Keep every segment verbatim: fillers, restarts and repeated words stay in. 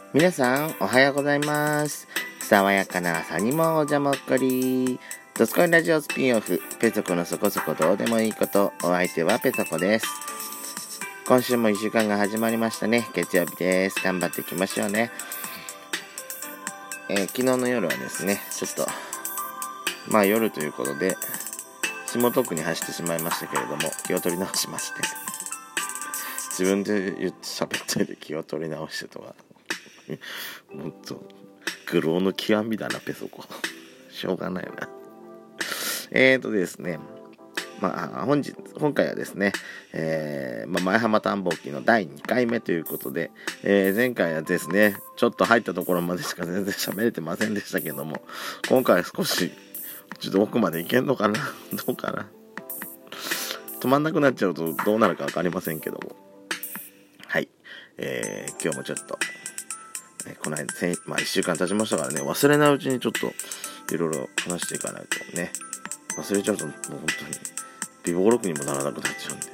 皆さんおはようございます。爽やかな朝にもお邪魔っこり。ドスコイラジオスピンオフ、ペソコのそこそこどうでもいいこと。お相手はペソコです。今週もいっしゅうかんが始まりましたね。月曜日です。頑張っていきましょうね。えー、昨日の夜はですね、ちょっとまあ夜ということで下徳に走ってしまいましたけれども、気を取り直しまして、自分で言って喋っといて気を取り直してとはもっと愚弄の極みだなペソコ。しょうがないな。えーとですねまあ本日今回はですね、えーまあ、前浜探訪記のだいにかいめということで、えー、前回はですねちょっと入ったところまでしか全然喋れてませんでしたけども、今回は少しちょっと奥まで行けんのかなどうかな。止まんなくなっちゃうとどうなるか分かりませんけども、はい、えー、今日もちょっと、えー、この間、まあ、いっしゅうかん経ちましたからね、忘れないうちにちょっといろいろ話していかないとね、忘れちゃうともう本当に微暴録にもならなくなっちゃうんで、はい、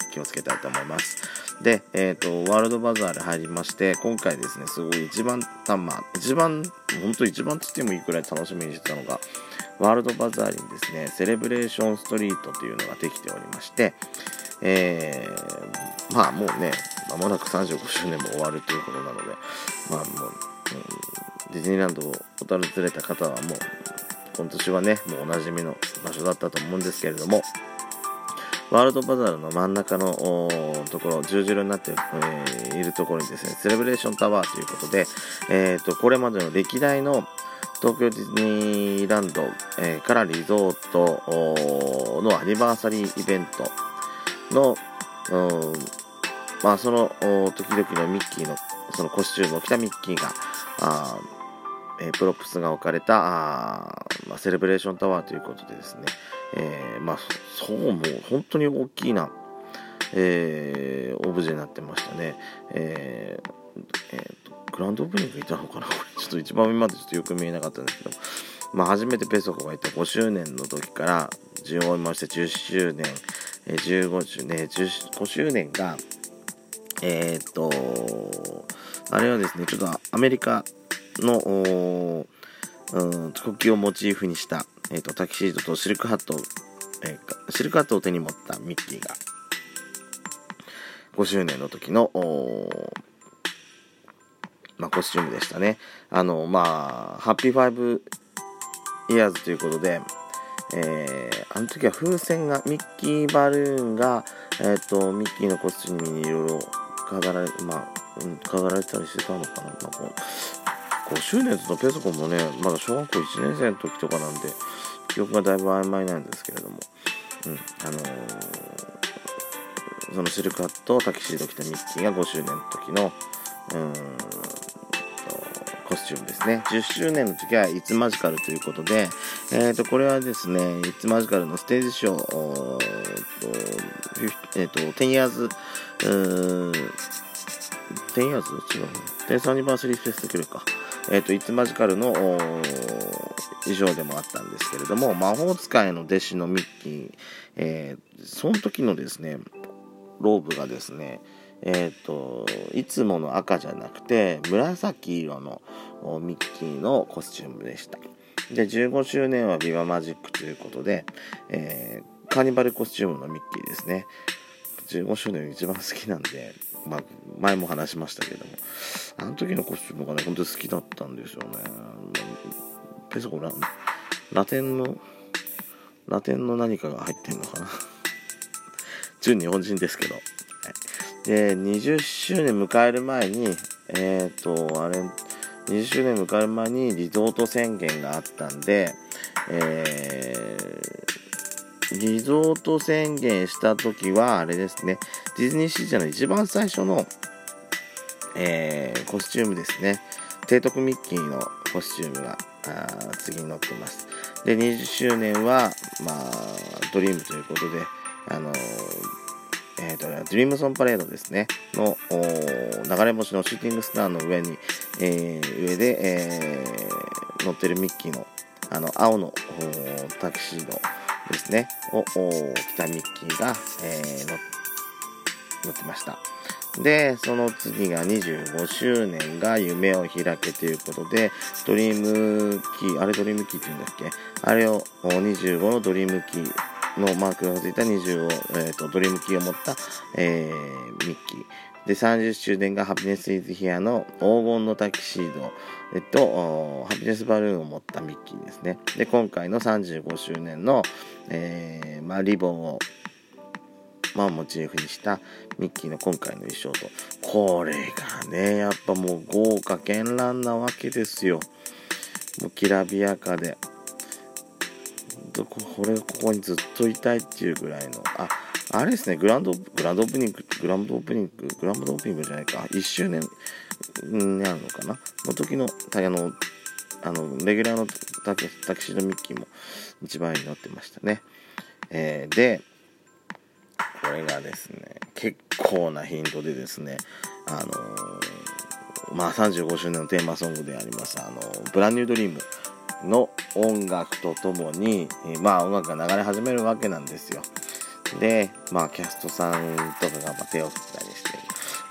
気をつけたいと思います。で、えっとワールドバザール入りまして、今回ですねすごい一番たまあ一番本当一番つってもいいくらい楽しみにしてたのが、ワールドバザールにですねセレブレーションストリートというのができておりまして、えー、まあもうね間もなくさんじゅうごしゅうねんも終わるということなので、まあもう、うん、ディズニーランドを訪れた方はもう今年はねもうおなじみの場所だったと思うんですけれども、ワールドバザールの真ん中のところ、十字路になって、えー、いるところにですねセレブレーションタワーということで、えー、とこれまでの歴代の東京ディズニーランド、えー、からリゾートのアニバーサリーイベントの、まあ、その時々のミッキーのそのコスチュームを着たミッキーがあえー、プロップスが置かれたあ、まあ、セレブレーションタワーということでですね、えー、まあそうもう本当に大きな、えー、オブジェになってましたね。えーえー、とグランドオープニングいたのかなこれちょっと一番上までちょっとよく見えなかったんですけど、まあ、初めてペソコがいたごしゅうねんの時から順を追いましてじゅっしゅうねん、えー、じゅうごしゅうねん、じゅうごしゅうねんがえっ、ー、とあれはですねちょっとアメリカのうん国旗をモチーフにした、えー、とタキシードとシルクハットを、えー、シルクハットを手に持ったミッキーがごしゅうねんの時のまあ、コスチュームでしたね。あのまあハッピーファイブイヤーズということで、えー、あの時は風船がミッキーバルーンが、えー、とミッキーのコスチュームにいろいろ飾られ、まあうん、飾られてたりしてたのかな。まあ、こうごしゅうねんとペソコもねまだ小学校いちねん生の時とかなんで記憶がだいぶ曖昧なんですけれども、うんあのー、そのシルクハットタキシード着たミッキーがごしゅうねんの時のうんコスチュームですね。じゅっしゅうねんの時はイッツマジカルということで、えーとこれはですねイッツマジカルのステージショーえーとじゅう years じゅう years 違うテンスアニバーサリーフェスティバルか、えーとイッツマジカルの衣装でもあったんですけれども、魔法使いの弟子のミッキー、えー、その時のですねローブがですねえーといつもの赤じゃなくて紫色のミッキーのコスチュームでした。でじゅうごしゅうねんはビバマジックということで、えー、カーニバルコスチュームのミッキーですね。じゅうごしゅうねん一番好きなんで、まあ、前も話しましたけども、あの時のコスチュームがね本当に好きだったんですよね。ペソコララテンのラテンの何かが入ってんのかな純日本人ですけど、でにじゅっしゅうねん迎える前にえっ、ー、とあれにじゅっしゅうねん迎える前にリゾート宣言があったんで、えー、リゾート宣言した時はあれですねディズニーシーじゃの一番最初の、えー、コスチュームですね。提督ミッキーのコスチュームがあ次に載ってます。でにじゅっしゅうねんはまあドリームということであのーえーと、ドリームソンパレードですねの流れ星のシューティングスターの上に、えー、上で、えー、乗ってるミッキーのあの青のタキシードですねを着たミッキーが、えー、乗ってました。 で、その次がにじゅうごしゅうねんが夢を開けということで、ドリームキー、あれドリームキーって言うんだっけ、あれをにじゅうごのドリームキーのマークがついたにじゅうご、えーと、ドリームキーを持った、えー、ミッキー。で、さんじゅっしゅうねんがハピネスイズヒアの黄金のタキシード、えっと、ハピネスバルーンを持ったミッキーですね。で、今回のさんじゅうごしゅうねんの、えー、まあ、リボンを、まあ、モチーフにしたミッキーの今回の衣装と、これがね、やっぱもう豪華絢爛なわけですよ。もうきらびやかで。これここにずっといたいっていうぐらいの、あ、あれですね、グランド、グランドオープニング、グランドオープニング、グランドオープニングじゃないか、いっしゅうねんになるのかなの時の、あの、あの、レギュラーのタキ、タキシードミッキーも一番になってましたね。えー、で、これがですね、結構な頻度でですね、あのー、まあさんじゅうごしゅうねんのテーマソングであります、あの、ブランニュードリームの音楽とともに、えー、まあ音楽が流れ始めるわけなんですよ。で、まあキャストさんとかが手を振ったりして、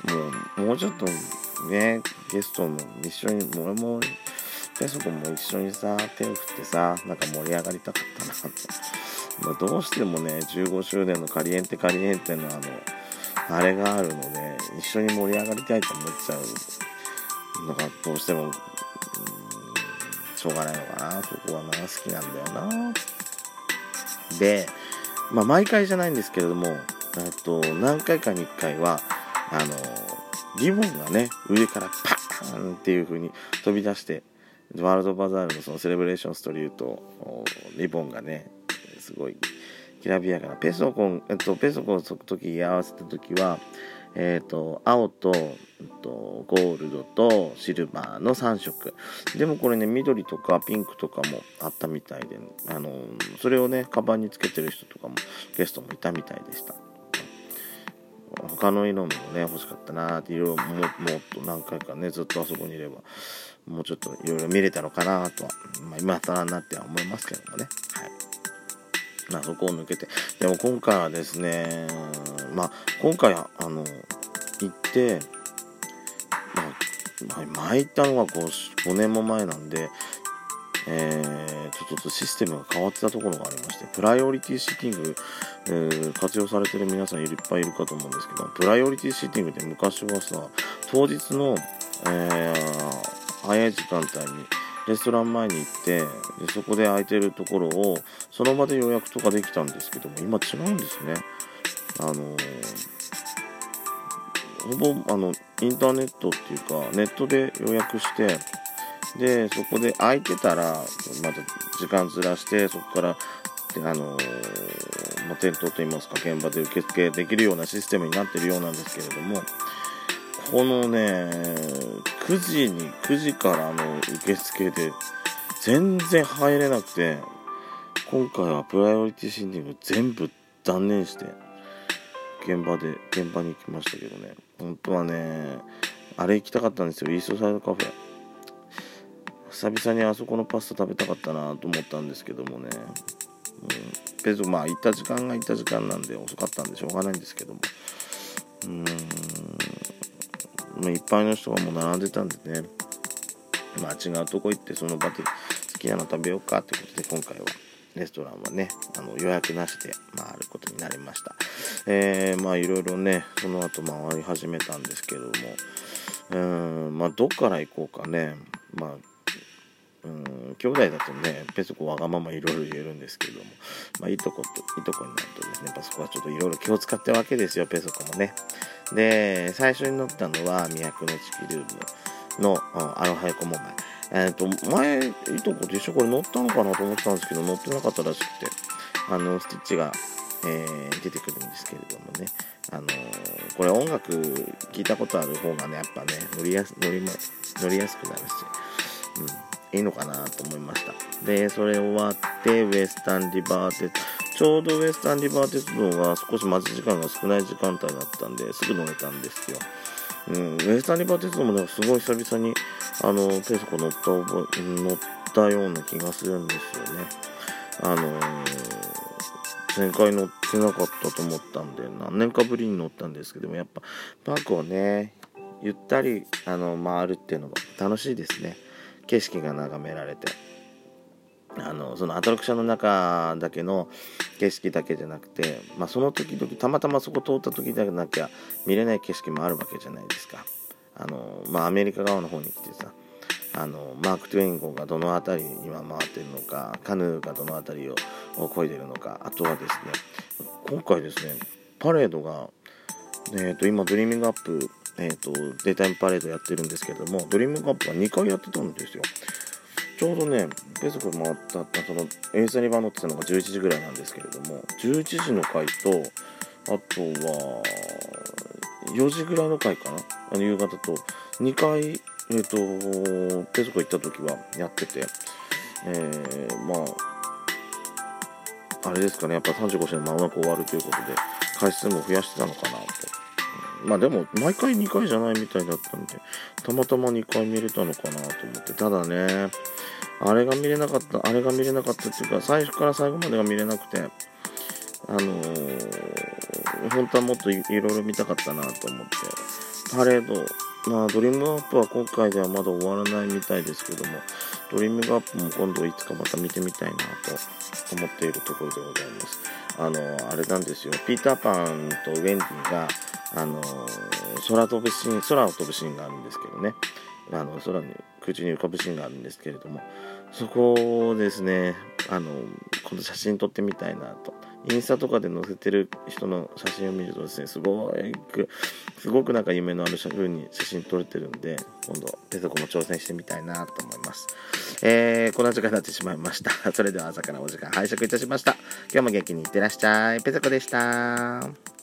もう、もうちょっとね、ゲストも一緒に、俺も、ペソコも一緒にさ、手を振ってさ、なんか盛り上がりたかったなと。まあ、どうしてもね、じゅうごしゅうねんのカリエンテカリエンテのあの、あれがあるので、一緒に盛り上がりたいと思っちゃうのがどうしても、しょうがないのかな、そこはな、好きなんだよな。で、まあ毎回じゃないんですけれども、えっと、何回かにいっかいは、あの、リボンがね、上からパーンっていう風に飛び出して、ワールドバザールのそのセレブレーションストリート、リボンがね、すごいきらびやかなペソコン、えっと、ペソコンをその時合わせた時は、えっと、青と、えっと、ゴールドとシルバーのさんしょく。でもこれね、緑とかピンクとかもあったみたいで、あの、それをね、カバンにつけてる人とかも、ゲストもいたみたいでした。他の色もね、欲しかったなーって、色ももっと何回かね、ずっとあそこにいれば、もうちょっといろいろ見れたのかなとは、まあ、今更になっては思いますけどもね。はい。まあ、そこを抜けて。でも今回はですね、まあ、今回は、あの、行って、まあ、前行ったのがごねんも前なんで、えー、ちょっとシステムが変わってたところがありまして、プライオリティシーティング、えー、活用されてる皆さんいっぱいいるかと思うんですけど、プライオリティシーティングって昔はさ、当日の、えー、早い時間帯にレストラン前に行ってで、そこで空いてるところをその場で予約とかできたんですけども、今違うんですね。あのー、ほぼあのインターネットっていうかネットで予約して、でそこで空いてたらまた時間ずらして、そこからであのー、まあ、店頭といいますか現場で受付できるようなシステムになってるようなんですけれども、このねくじにくじからの受付で全然入れなくて、今回はプライオリティシーティング全部断念して現場で現場に行きましたけどね、本当はねあれ行きたかったんですよ、イーストサイドカフェ。久々にあそこのパスタ食べたかったなと思ったんですけどもね、うん、ペソまあ行った時間が行った時間なんで遅かったんでしょうがないんですけども、うーん、まあ、いっぱいの人がもう並んでたんでね、まあ違うとこ行ってその場で好きなの食べようかってことで、今回はレストランはねあの予約なしで回ることになりました。えー、まあいろいろねその後回り始めたんですけれども、うーんまあどっから行こうかね。まあうーん兄弟だとねペソコわがままいろいろ言えるんですけれども、まあいいとこといいとこになるとですね、やっぱそこはちょっといろいろ気を使ってるわけですよ、ペソコもね。で最初に乗ったのは魅惑のチキルームのアロハエコモバイル。えっと前いとこと一緒これ乗ったのかなと思ってたんですけど、乗ってなかったらしくて、あのスティッチが、えー、出てくるんですけれどもね、あのー、これ音楽聞いたことある方がねやっぱね乗りやす乗りも乗りやすくなるし、うん、いいのかなと思いました。でそれ終わってウエスタンリバー鉄ちょうどウエスタンリバー鉄道が少し待ち時間が少ない時間帯だったんですぐ乗れたんですよ。うん、ウエスタンリバー鉄道もねすごい久々にあのペソコ乗った覚え乗ったような気がするんですよね。あのー、 前回乗ってなかったと思ったんで、何年かぶりに乗ったんですけども、やっぱパークをねゆったりあの回るっていうのも楽しいですね。景色が眺められて、あのそのアトラクションの中だけの景色だけじゃなくて、まあ、その時々たまたまそこ通った時だけなきゃ見れない景色もあるわけじゃないですか。あの、まあ、アメリカ側の方に来てさ、あのマーク・トゥエイン号がどの辺りに今回っているのか、カヌーがどの辺りを漕いでいるのか、あとはですね、今回ですねパレードが、えー、と今ドリーミングアップ、えー、とデイタイムパレードやってるんですけども、ドリーミングアップがにかいやってたんですよ。ちょうどねペソコ回ったそのエースにばん乗ってたのがじゅういちじぐらいなんですけれども、じゅういちじの回とあとはよじぐらいの回かな、あの夕方とにかいえっ、ー、とペソコ行った時はやってて、えー、まああれですかね、やっぱさんじゅうご周年間もなく終わるということで回数も増やしてたのかなと。まあでも毎回にかいじゃないみたいだったんで、たまたまにかい見れたのかなと思って。ただね、あれが見れなかったあれが見れなかったっていうか、最初から最後までが見れなくて、あのー、本当はもっといろいろ見たかったなと思って。パレード、まあドリームアップは今回ではまだ終わらないみたいですけども、ドリームアップも今度いつかまた見てみたいなと思っているところでございます。あのあれなんですよ、ピーターパンとウェンディがあの空飛ぶシーン空を飛ぶシーンがあるんですけどね、あの空に空中に浮かぶシーンがあるんですけれども、そこをですね、あの今度写真撮ってみたいなと。インスタとかで載せてる人の写真を見るとですね、すごくすごくなんか夢のある風に写真撮れてるんで、今度ペソコも挑戦してみたいなと思います。えー、こんな時間になってしまいました。それでは朝からお時間拝借いたしました。今日も元気にいってらっしゃい。ペソコでした。